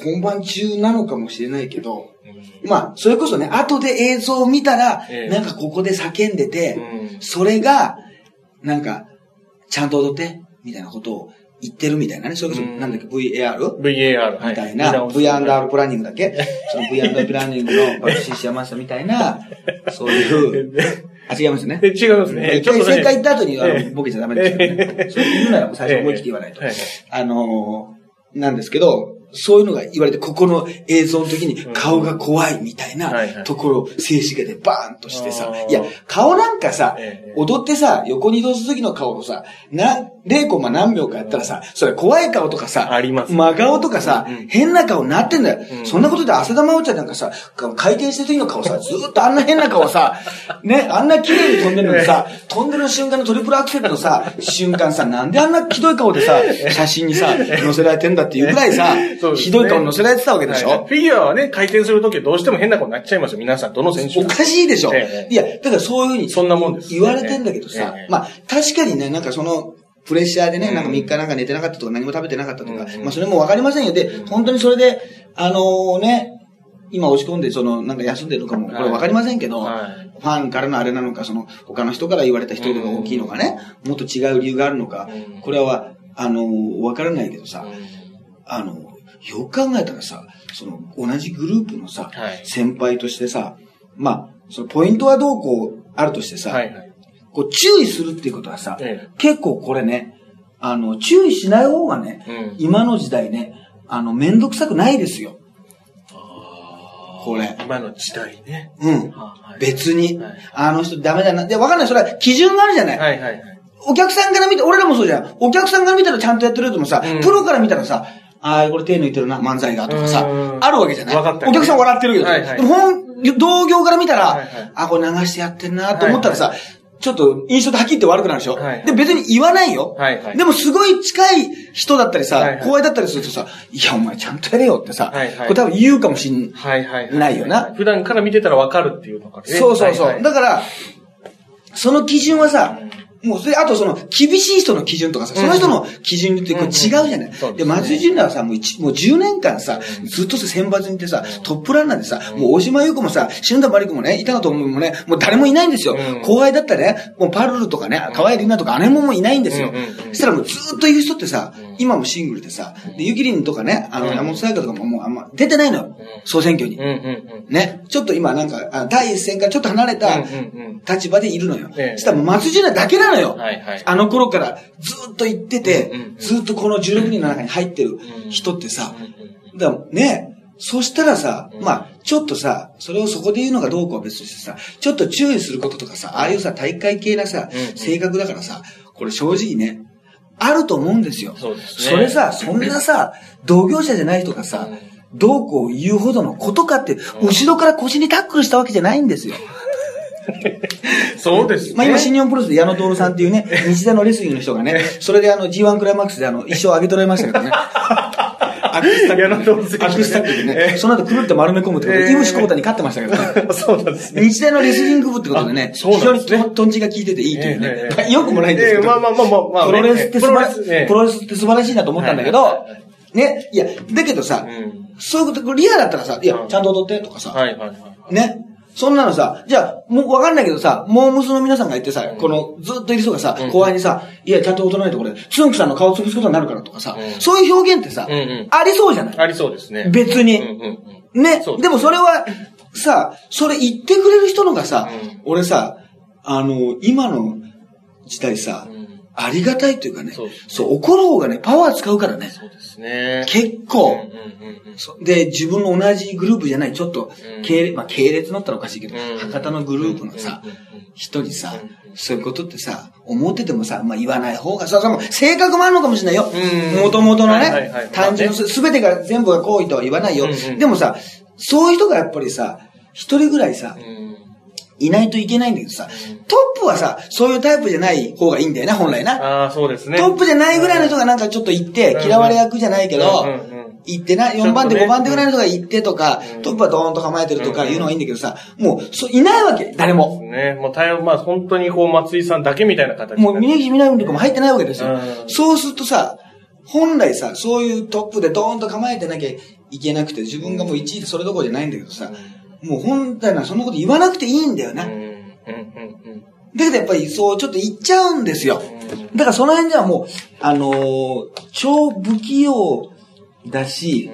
本番中なのかもしれないけど、まあ、それこそね、後で映像を見たら、なんかここで叫んでて、それが、なんか、ちゃんと踊って、みたいなことを言ってるみたいなね。それこそ、なんだっけ、VAR みたいな、V&R プランニングだっけその V&R プランニングの爆死し山下みたいな、そういう、違いますね。 違いますね。 正解言った後にボケちゃダメですよね。そう言うなら最初思い切って言わないと。なんですけど、そういうのが言われて、ここの映像の時に顔が怖いみたいなところを静止画でバーンとしてさ、いや、顔なんかさ、踊ってさ、横に移動する時の顔をさ、0コンマ何秒かやったらさ、それ怖い顔とかさ、真顔とかさ、変な顔になってんだよ。そんなことで浅田真央ちゃんなんかさ、回転してる時の顔さ、ずーっとあんな変な顔さ、ね、あんな綺麗に飛んでるのにさ、飛んでる瞬間のトリプルアクセルのさ、瞬間さ、なんであんなひどい顔でさ、写真にさ、載せられてんだっていうぐらいさ、ひどい顔に載せられてたわけでしょ。 フィギュアはね、回転するときどうしても変な顔になっちゃいますよ。皆さん、どの選手おかしいでしょ。いや、だからそういうふうにそんなもんです言われてんだけどさ、まあ、確かにね、なんかその、プレッシャーでね、なんか3日なんか寝てなかったとか何も食べてなかったとか、まあそれもわかりませんよ。で、本当にそれで、ね、今押し込んで、なんか休んでるのかも、これわかりませんけど、ファンからのあれなのか、他の人から言われた人が大きいのかね、もっと違う理由があるのか、これは、わからないけどさ、よく考えたらさ、同じグループのさ、先輩としてさ、まあ、ポイントはどうこうあるとしてさ、こう注意するっていうことはさ、結構これね、注意しない方がね、今の時代ね、めんどくさくないですよ。これ。 今の時代ね。 別に、あの人ダメだな。で、わかんない。それは基準があるじゃない。お客さんから見て、俺らもそうじゃん。お客さんから見たらちゃんとやってるともさ、プロから見たらさ、これ手抜いてるな、漫才が、とかさ、あるわけじゃない。お客さん笑ってるけど、同業から見たら、これ流してやってんな、と思ったらさ、ちょっと印象ではっきり言って悪くなるでしょ。で、別に言わないよ。でもすごい近い人だったりさ、後輩だったりするとさ、いや、お前ちゃんとやれよってさ、これ多分言うかもしんないよな。 普段から見てたらわかるっていうのかね。 そうそうそう。だから、その基準はさ、もうそれ、あと厳しい人の基準とかさ、その人の基準ってこう違うじゃない。で、松井純奈はさ、もう10年間さ、ずっと選抜にいてさ、トップランナーでさ、もう大島優子もさ、篠田麻里子もね、板野友美もね、もう誰もいないんですよ。後輩だったらね、もうパルルとかね、河合里奈とか姉ももいないんですよ。そしたらもうずっといる人ってさ、今もシングルでさ、で、ゆきりんとかね、山本彩香とかももうあんま出てないのよ。総選挙に。ね。ちょっと今なんか、第一線からちょっと離れた立場でいるのよ。そしたらもう松井純奈だけなのよ。あの頃からずっと言ってて、ずっとこの16人の中に入ってる人ってさ、だからね、そしたらさ、まあ、ちょっとさ、それをそこで言うのかどうかは別としてさ、ちょっと注意することとかさ、ああいうさ、大会系なさ、性格だからさ、これ正直ね、あると思うんですよ。それさ、そんなさ、同業者じゃない人がさ、どうこう言うほどのことかって、後ろから腰にタックルしたわけじゃないんですよ。 そうですね。 まあ今新日本プロレスで矢野徹さんっていうね、日大のレスリングの人がね、それでG1 クライマックスで一生上げ取られましたけどね。アクスタックでね、その後くるって丸め込むってことで、井伏浩太に勝ってましたけどね。 そうなんですね。 日大のレスリング部ってことでね、非常にトンチが効いてていいというね。よくもないんですけど。 まあ。 プロレスって素晴らしいなと思ったんだけど、ね、いや、だけどさ、そういうこと、リアだったらさ、いや、ちゃんと踊ってとかさ、ね。そんなのさ、じゃあ、もうわかんないけどさ、モームスの皆さんが言ってさ、この、ずっといる人がさ、後輩にさ、いや、ちゃんと踊らないとこれ、つんくさんの顔潰すことになるからとかさ、そういう表現ってさ、ありそうじゃない？ ありそうですね。 別に。ね。でもそれは、さ、それ言ってくれる人のがさ、俺さ、今の時代さ、ありがたいというかね、そう、怒る方がね、パワー使うからね。 そうですね。 結構。で、自分の同じグループじゃない、ちょっと、系列乗ったらおかしいけど、博多のグループのさ、人にさ、そういうことってさ、思っててもさ、まあ言わない方がさ、性格もあるのかもしれないよ。元々のね、単純のすべてが全部が行為とは言わないよ。でもさ、そういう人がやっぱりさ、一人ぐらいさ、いないといけないんだけどさ、トップはさ、そういうタイプじゃない方がいいんだよな、本来な。 ああ、そうですね。 トップじゃないぐらいの人がなんかちょっと行って、嫌われ役じゃないけど、行ってな、4番手、5番手ぐらいの人が行ってとか、トップはドーンと構えてるとかいうのがいいんだけどさ、もう、いないわけ、誰も。 ね、もうまあ本当にこう、松井さんだけみたいな形。 もう、峯岸みなみとかも入ってないわけですよ。そうするとさ、本来さ、そういうトップでドーンと構えてなきゃいけなくて、自分がもう1位でそれどころじゃないんだけどさ、もう本来はそんなこと言わなくていいんだよな。だけどやっぱりそうちょっと言っちゃうんですよ。だからその辺ではもう、超不器用だし、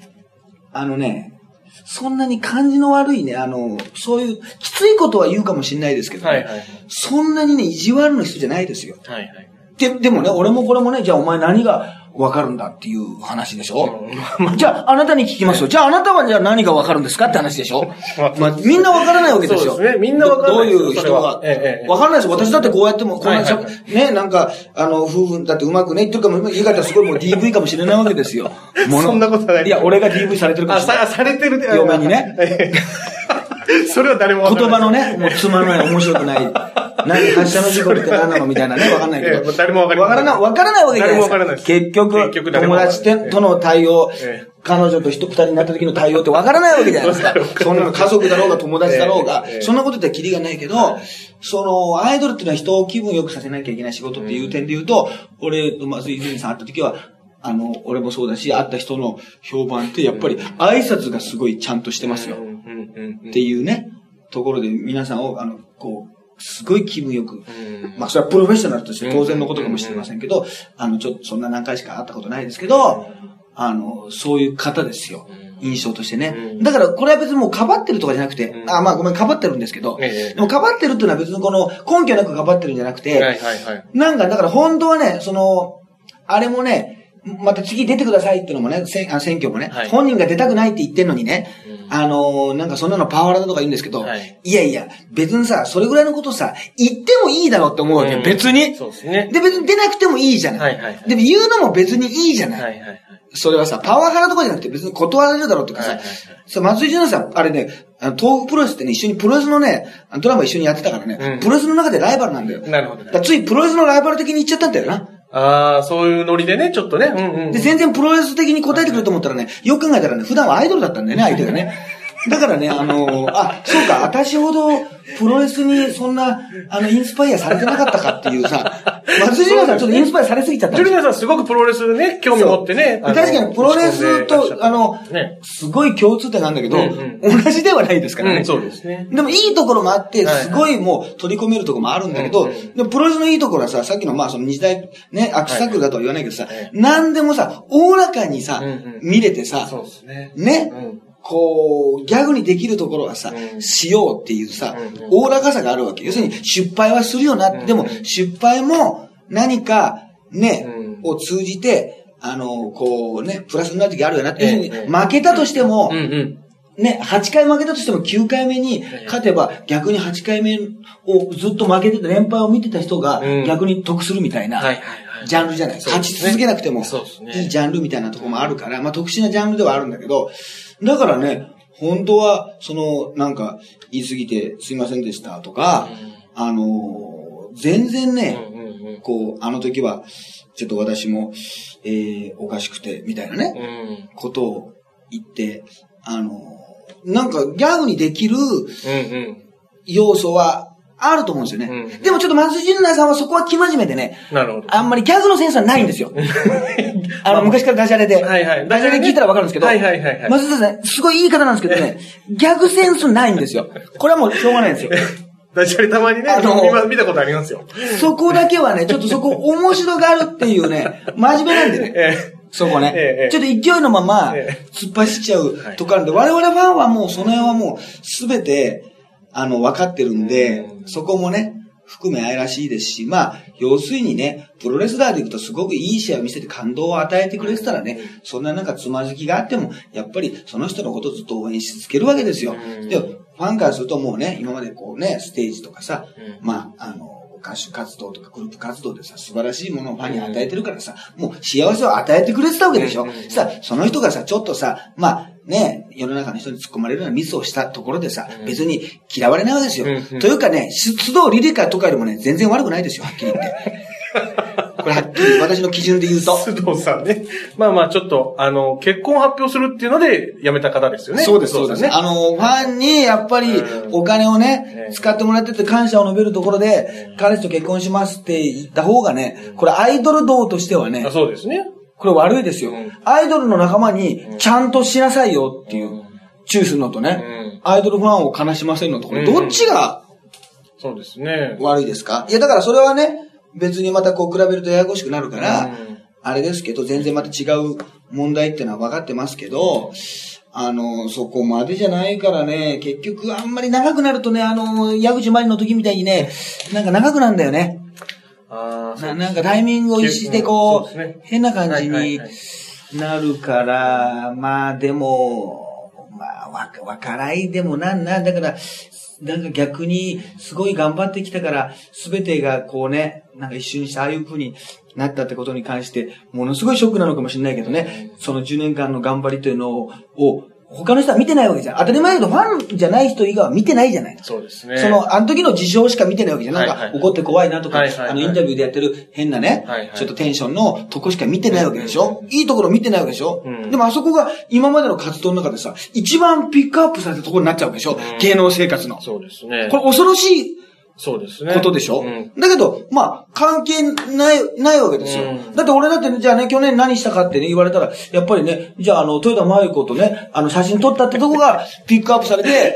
そんなに感じの悪いね、そういうきついことは言うかもしれないですけど、ね、そんなにね、意地悪の人じゃないですよ。でもね、俺もこれもね、じゃあお前何がわかるんだっていう話でしょ、じゃああなたに聞きますよ。じゃああなたはじゃあ何がわかるんですかって話でしょみんなわからないわけですよ。 そうですね。みんなわからない。 どういう人が。わからないですよ。私だってこうやっても、こんなね、なんか、夫婦だってうまくね、言ってるかも、言い方すごいもう DV かもしれないわけですよ。 そんなことない。 いや、俺が DV されてるかもしれない。 されてるで。 嫁にね。 それは誰もわからない。 言葉のね、もうつまらない、面白くない。発射の事故って何なのみたいなね、わかんないけど。 誰もわからない。 わからないわけじゃないですか。 誰もわからない。 結局、友達との対応、彼女と二人になった時の対応ってわからないわけじゃないですか。そんなの家族だろうが友達だろうが、そんなこと言ったらキリがないけど、アイドルっていうのは人を気分良くさせなきゃいけない仕事っていう点で言うと、俺とまず泉さん会った時は、俺もそうだし、会った人の評判ってやっぱり挨拶がすごいちゃんとしてますよ。っていうね、ところで皆さんを、すごい気分よく、まあそれはプロフェッショナルとして当然のことかもしれませんけど、ちょっとそんな何回しか会ったことないですけど、そういう方ですよ。印象としてね。だからこれは別にもうかばってるとかじゃなくて、まあごめん、かばってるんですけど、でもかばってるっていうのは別にこの根拠なくかばってるんじゃなくて、なんかだから本当はね、あれもね、また次出てくださいっていうのもね、選挙もね、本人が出たくないって言ってんのにね、なんかそんなのパワハラだとか言うんですけど、いやいや、別にさ、それぐらいのことさ、言ってもいいだろうって思うわけよ、別に。そうですね。で、別に出なくてもいいじゃない。でも言うのも別にいいじゃない。それはさ、パワハラとかじゃなくて別に断られるだろうとかさ、松井純さん、あれね、東北プロレスってね、一緒にプロレスのね、ドラマ一緒にやってたからね、プロレスの中でライバルなんだよ。なるほど。ついプロレスのライバル的に言っちゃったんだよな。 そういうノリでね、ちょっとね。 で、全然プロレス的に答えてくれると思ったらね、よく考えたらね、普段はアイドルだったんだよね、相手がね。だからね、そうか、私ほどプロレスにそんな、インスパイアされてなかったかっていうさ、松島さんちょっとインスパイアされすぎちゃったんですよ。 ジュリアさんすごくプロレスでね、興味持ってね。 確かにプロレスと、すごい共通点なんだけど、同じではないですからね。 そうですね。 でもいいところもあって、すごいもう取り込めるところもあるんだけど、でもプロレスのいいところはさ、さっきのまあその日大ね、アクサクルだとは言わないけどさ、何でもさ、おおらかにさ、見れてさ、ね。ギャグにできるところはさ、しようっていうさ、おおらかさがあるわけ。要するに、失敗はするよな。でも、失敗も何か、ね、を通じて、プラスになる時あるよな。要するに、負けたとしても、ね、8回負けたとしても9回目に勝てば、逆に8回目をずっと負けてた、連敗を見てた人が、逆に得するみたいな。ジャンルじゃない。勝ち続けなくても、いいジャンルみたいなところもあるから、まあ特殊なジャンルではあるんだけど、だからね、本当は、なんか、言い過ぎてすいませんでしたとか、全然ね、あの時は、ちょっと私も、おかしくて、みたいなね、ことを言って、なんかギャグにできる要素はあると思うんですよね。でもちょっと松井純奈さんはそこは生真面目でね、あんまりギャグのセンスはないんですよ。昔からダジャレで。ダジャレ聞いたらわかるんですけど、松井さん、すごいいい方なんですけどね、ギャグセンスないんですよ。これはもうしょうがないんですよ。 ダジャレたまにね、見たことありますよ。 そこだけはね、ちょっとそこ面白がるっていうね、真面目なんでね。そこね。ちょっと勢いのまま突っ走っちゃうとかなんで、我々ファンはもうその辺はもうすべて、分かってるんで、そこもね、含め愛らしいですし、まあ、要するにね、プロレスラーでいくとすごくいい試合を見せて感動を与えてくれてたらね、そんななんかつまずきがあっても、やっぱりその人のことをずっと応援し続けるわけですよ。で、ファンからするともうね、今までこうね、ステージとかさ、まあ、歌手活動とかグループ活動でさ、素晴らしいものをファンに与えてるからさ、もう幸せを与えてくれてたわけでしょ。さ、その人がさ、ちょっとさ、まあ、ね、世の中の人に突っ込まれるようなミスをしたところでさ、別に嫌われないわけですよ。というかね、須藤リリカとかよりもね、全然悪くないですよ、はっきり言って。これはっきり私の基準で言うと。 須藤さんね。まあまあちょっと、結婚発表するっていうので辞めた方ですよね。 そうです、そうですね。ファンにやっぱりお金をね、使ってもらってて感謝を述べるところで、彼氏と結婚しますって言った方がね、これアイドル道としてはね。 そうですね。 これ悪いですよ。アイドルの仲間にちゃんとしなさいよっていう、注意するのとね、アイドルファンを悲しませるのと、これどっちが、 そうですね。 悪いですか？いや、だからそれはね、別にまたこう比べるとややこしくなるから、あれですけど、全然また違う問題っていうのは分かってますけど、そこまでじゃないからね、結局あんまり長くなるとね、矢口真理の時みたいにね、なんか長くなるんだよね。なんかタイミングを逸してこう、変な感じになるから、まあでも、まあ、わからいでもだから、なんか逆にすごい頑張ってきたから、すべてがこうね、なんか一瞬にしてああいう風になったってことに関して、ものすごいショックなのかもしれないけどね、その10年間の頑張りというのを他の人は見てないわけじゃん。当たり前だけど、ファンじゃない人以外は見てないじゃない。 そうですね。 あの時の事象しか見てないわけじゃん。なんか、怒って怖いなとか、インタビューでやってる変なね、ちょっとテンションのとこしか見てないわけでしょ。いいところ見てないわけでしょ。でもあそこが今までの活動の中でさ、一番ピックアップされたところになっちゃうわけでしょ。芸能生活の。 そうですね。 これ恐ろしい。 そうですね。 ことでしょ、だけど、まあ、関係ないわけですよ。だって俺だって、じゃあね、去年何したかってね、言われたら、やっぱりね、じゃあ豊田真由子とね、写真撮ったってとこがピックアップされて、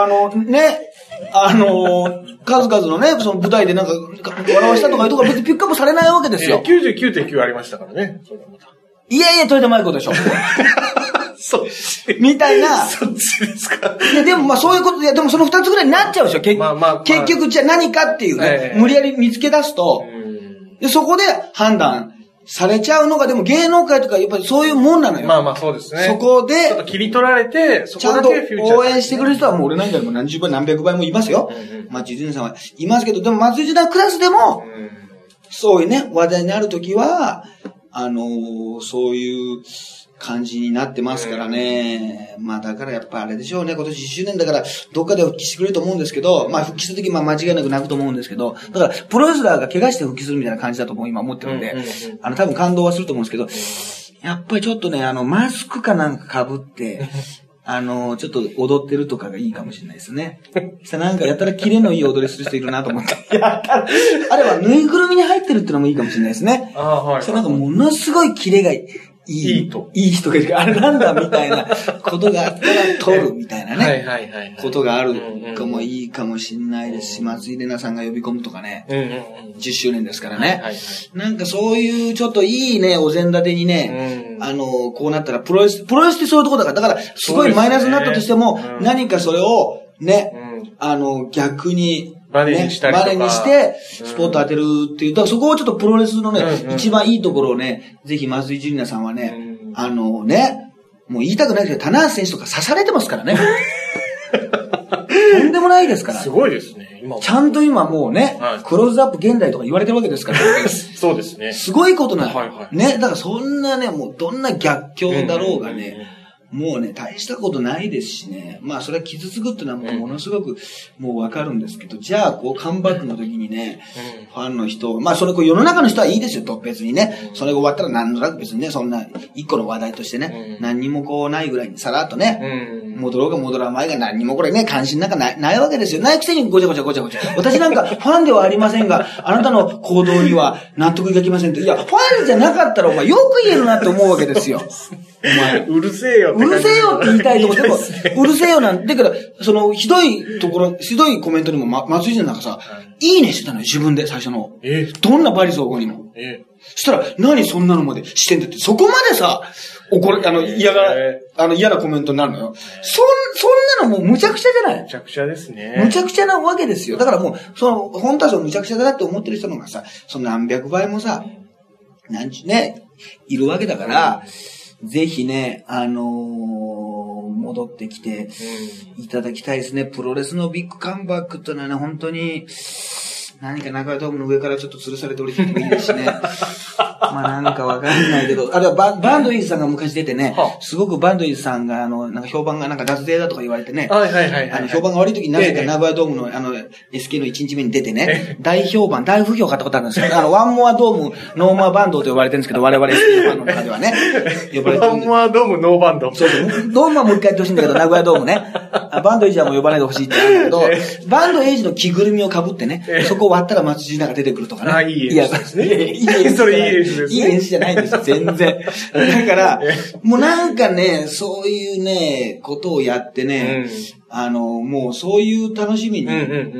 数々のね、その舞台でなんか、笑わしたとかいうとこが別にピックアップされないわけですよ。 99.9 ありましたからね。 いやいや、豊田真由子でしょ。 そう。 みたいな。 そっちですか。 いや、でもまあそういうこと、いや、でもその2つぐらいになっちゃうでしょ。結局、じゃあ何かっていうね、無理やり見つけ出すと、で、そこで判断されちゃうのが、でも芸能界とかやっぱりそういうもんなのよ。 まあまあそうですね。 そこで、 ちょっと切り取られて、 ちゃんと応援してくれる人はもう俺なんかでも何十倍何百倍もいますよ。松井純さんはいますけど、でも松井純さんクラスでも、そういうね、話題になるときは、そういう感じになってますからね。まあだからやっぱあれでしょうね。今年1周年だからどっかで復帰してくれると思うんですけど、まあ復帰するとき間違いなく泣くと思うんですけど、だからプロレスラーが怪我して復帰するみたいな感じだと今思ってるんで、多分感動はすると思うんですけど、やっぱりちょっとね、マスクかなんか被って、ちょっと踊ってるとかがいいかもしれないですね。なんかやったらキレのいい踊りする人いるなと思って。あれはぬいぐるみに入ってるってのもいいかもしれないですね。なんかものすごいキレがいい人がいる。あれなんだみたいなことがあったら撮るみたいなね。ことがあるかもいいかもしれないですし、松井玲奈さんが呼び込むとかね。10周年ですからね。なんかそういうちょっといいね、お膳立てにね、こうなったらプロレスってそういうとこだから、だからすごいマイナスになったとしても、何かそれをね、逆に、 バネにしたりとか。 バネにして、スポット当てるっていう。だからそこをちょっとプロレスのね、一番いいところをね、ぜひ松井純奈さんはね、もう言いたくないけど、棚橋選手とか刺されてますからね。とんでもないですから。 すごいですね。 ちゃんと今もうね、クローズアップ現代とか言われてるわけですから。 そうですね。 すごいことなの。ね、だからそんなね、もうどんな逆境だろうがね、もうね、大したことないですしね。まあ、それは傷つくってのはものすごくもうわかるんですけど、じゃあ、こう、カムバックの時にね、ファンの人、まあ、それ、世の中の人はいいですよ、と、別にね。それが終わったら何となく別にね、そんな、一個の話題としてね、何にもこう、ないぐらいにさらっとね、戻ろうが戻らないが何にもこれね、関心なんかないわけですよ。ないくせにごちゃごちゃ。私なんか、ファンではありませんが、あなたの行動には納得いきませんって。いや、ファンじゃなかったら、お前よく言えるなって思うわけですよ。お前。 うるせえよって言いたいと思って、でも、うるせえよなんて、だから、ひどいコメントにも、松井さんなんかさ、いいねしてたのよ、自分で、最初の。どんなバリ総合にも。そしたら、何そんなのまでしてんだって、そこまでさ、嫌なコメントになるのよ。そんなのもうむちゃくちゃじゃない？ むちゃくちゃですね。 むちゃくちゃなわけですよ。だからもう、本当はむちゃくちゃだなって思ってる人のがさ、何百倍もさ、いるわけだから、ぜひね、戻ってきていただきたいですね。プロレスのビッグカムバックってのはね、本当に、何か中川ドームの上からちょっと吊るされて降りてきてもいいですしね。まあなんかわかんないけど、あれはバンドイーズさんが昔出てね、すごくバンドイーズさんがなんか評判がなんか脱税だとか言われてね、評判が悪い時になぜか名古屋ドームのSK の1日目に出てね、大不評買ったことあるんですけど、ワンモアドームノーマーバンドと呼ばれてるんですけど、我々 SK ファンの中ではね、 呼ばれてる。ワンモアドームノーバンド。 そう。ドームはもう一回やってほしいんだけど、名古屋ドームね。バンドエイジはもう呼ばないでほしいって言うんだけど、バンドエイジの着ぐるみを被ってね、そこを割ったら松井なんか出てくるとかね。 いいですね。 いいです。 それいいです。 ですね。 いい演出じゃないんですよ、全然。だから、もうなんかね、そういうね、ことをやってね、もうそういう楽しみに、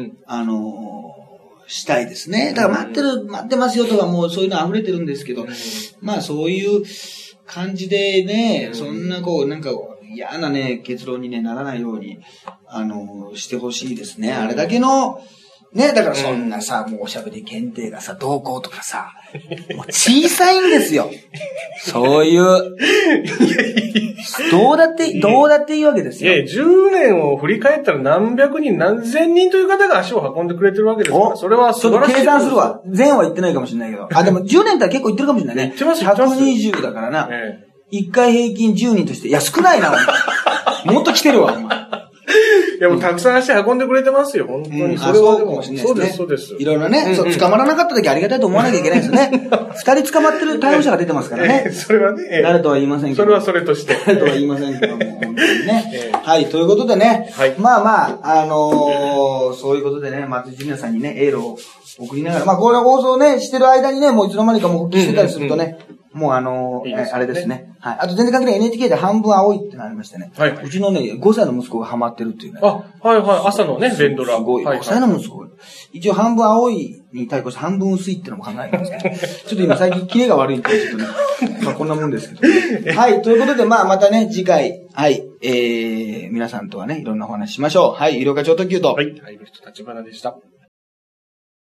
したいですね。だから待ってますよとかもうそういうの溢れてるんですけど、まあそういう感じでね、そんななんか嫌なね、結論にね、ならないように、してほしいですね。あれだけの、ね、だからそんなさ、もうおしゃべり検定がさ、どうこうとかさ、もう小さいんですよ。そういう。どうだっていいわけですよ。 いや、10年を振り返ったら何百人、何千人という方が足を運んでくれてるわけですから、それは素晴らしい。 ちょっと計算するわ。全は言ってないかもしれないけど。あ、でも10年って結構言ってるかもしれないね。 言ってます。 120だからな。1回平均10人として、いや、少ないな。もっと来てるわ、お前。 いや、もうたくさん足運んでくれてますよ、本当に。それはでも、そうです、そうです。 いろいろね、捕まらなかった時ありがたいと思わなきゃいけないですよね。2人捕まってる逮捕者が出てますからね。 それはね。 誰とは言いませんけど。 それはそれとして。 誰とは言いませんけども、本当にね。はい、ということでね。まあまあ、そういうことでね、松井ジュニアさんにね、エールを送りながら、まあこれ放送ね、してる間にね、もういつの間にかも復帰してたりするとね、もうあれですね。はい。あと全然関係ない NHK で半分青いってのありましてね。はい。うちのね、5歳の息子がハマってるっていうね。 あ、はいはい。朝のね、連ドラ。 すごい。5歳の息子。一応半分青いに対抗して半分薄いってのも考えてますけど、ちょっと今最近キレが悪いんで、ちょっとね、まあこんなもんですけどね。はい。ということで、まあまたね、次回、はい、皆さんとはね、いろんなお話しましょう。はい。医療課長特急と。 はい。はい。立花でした。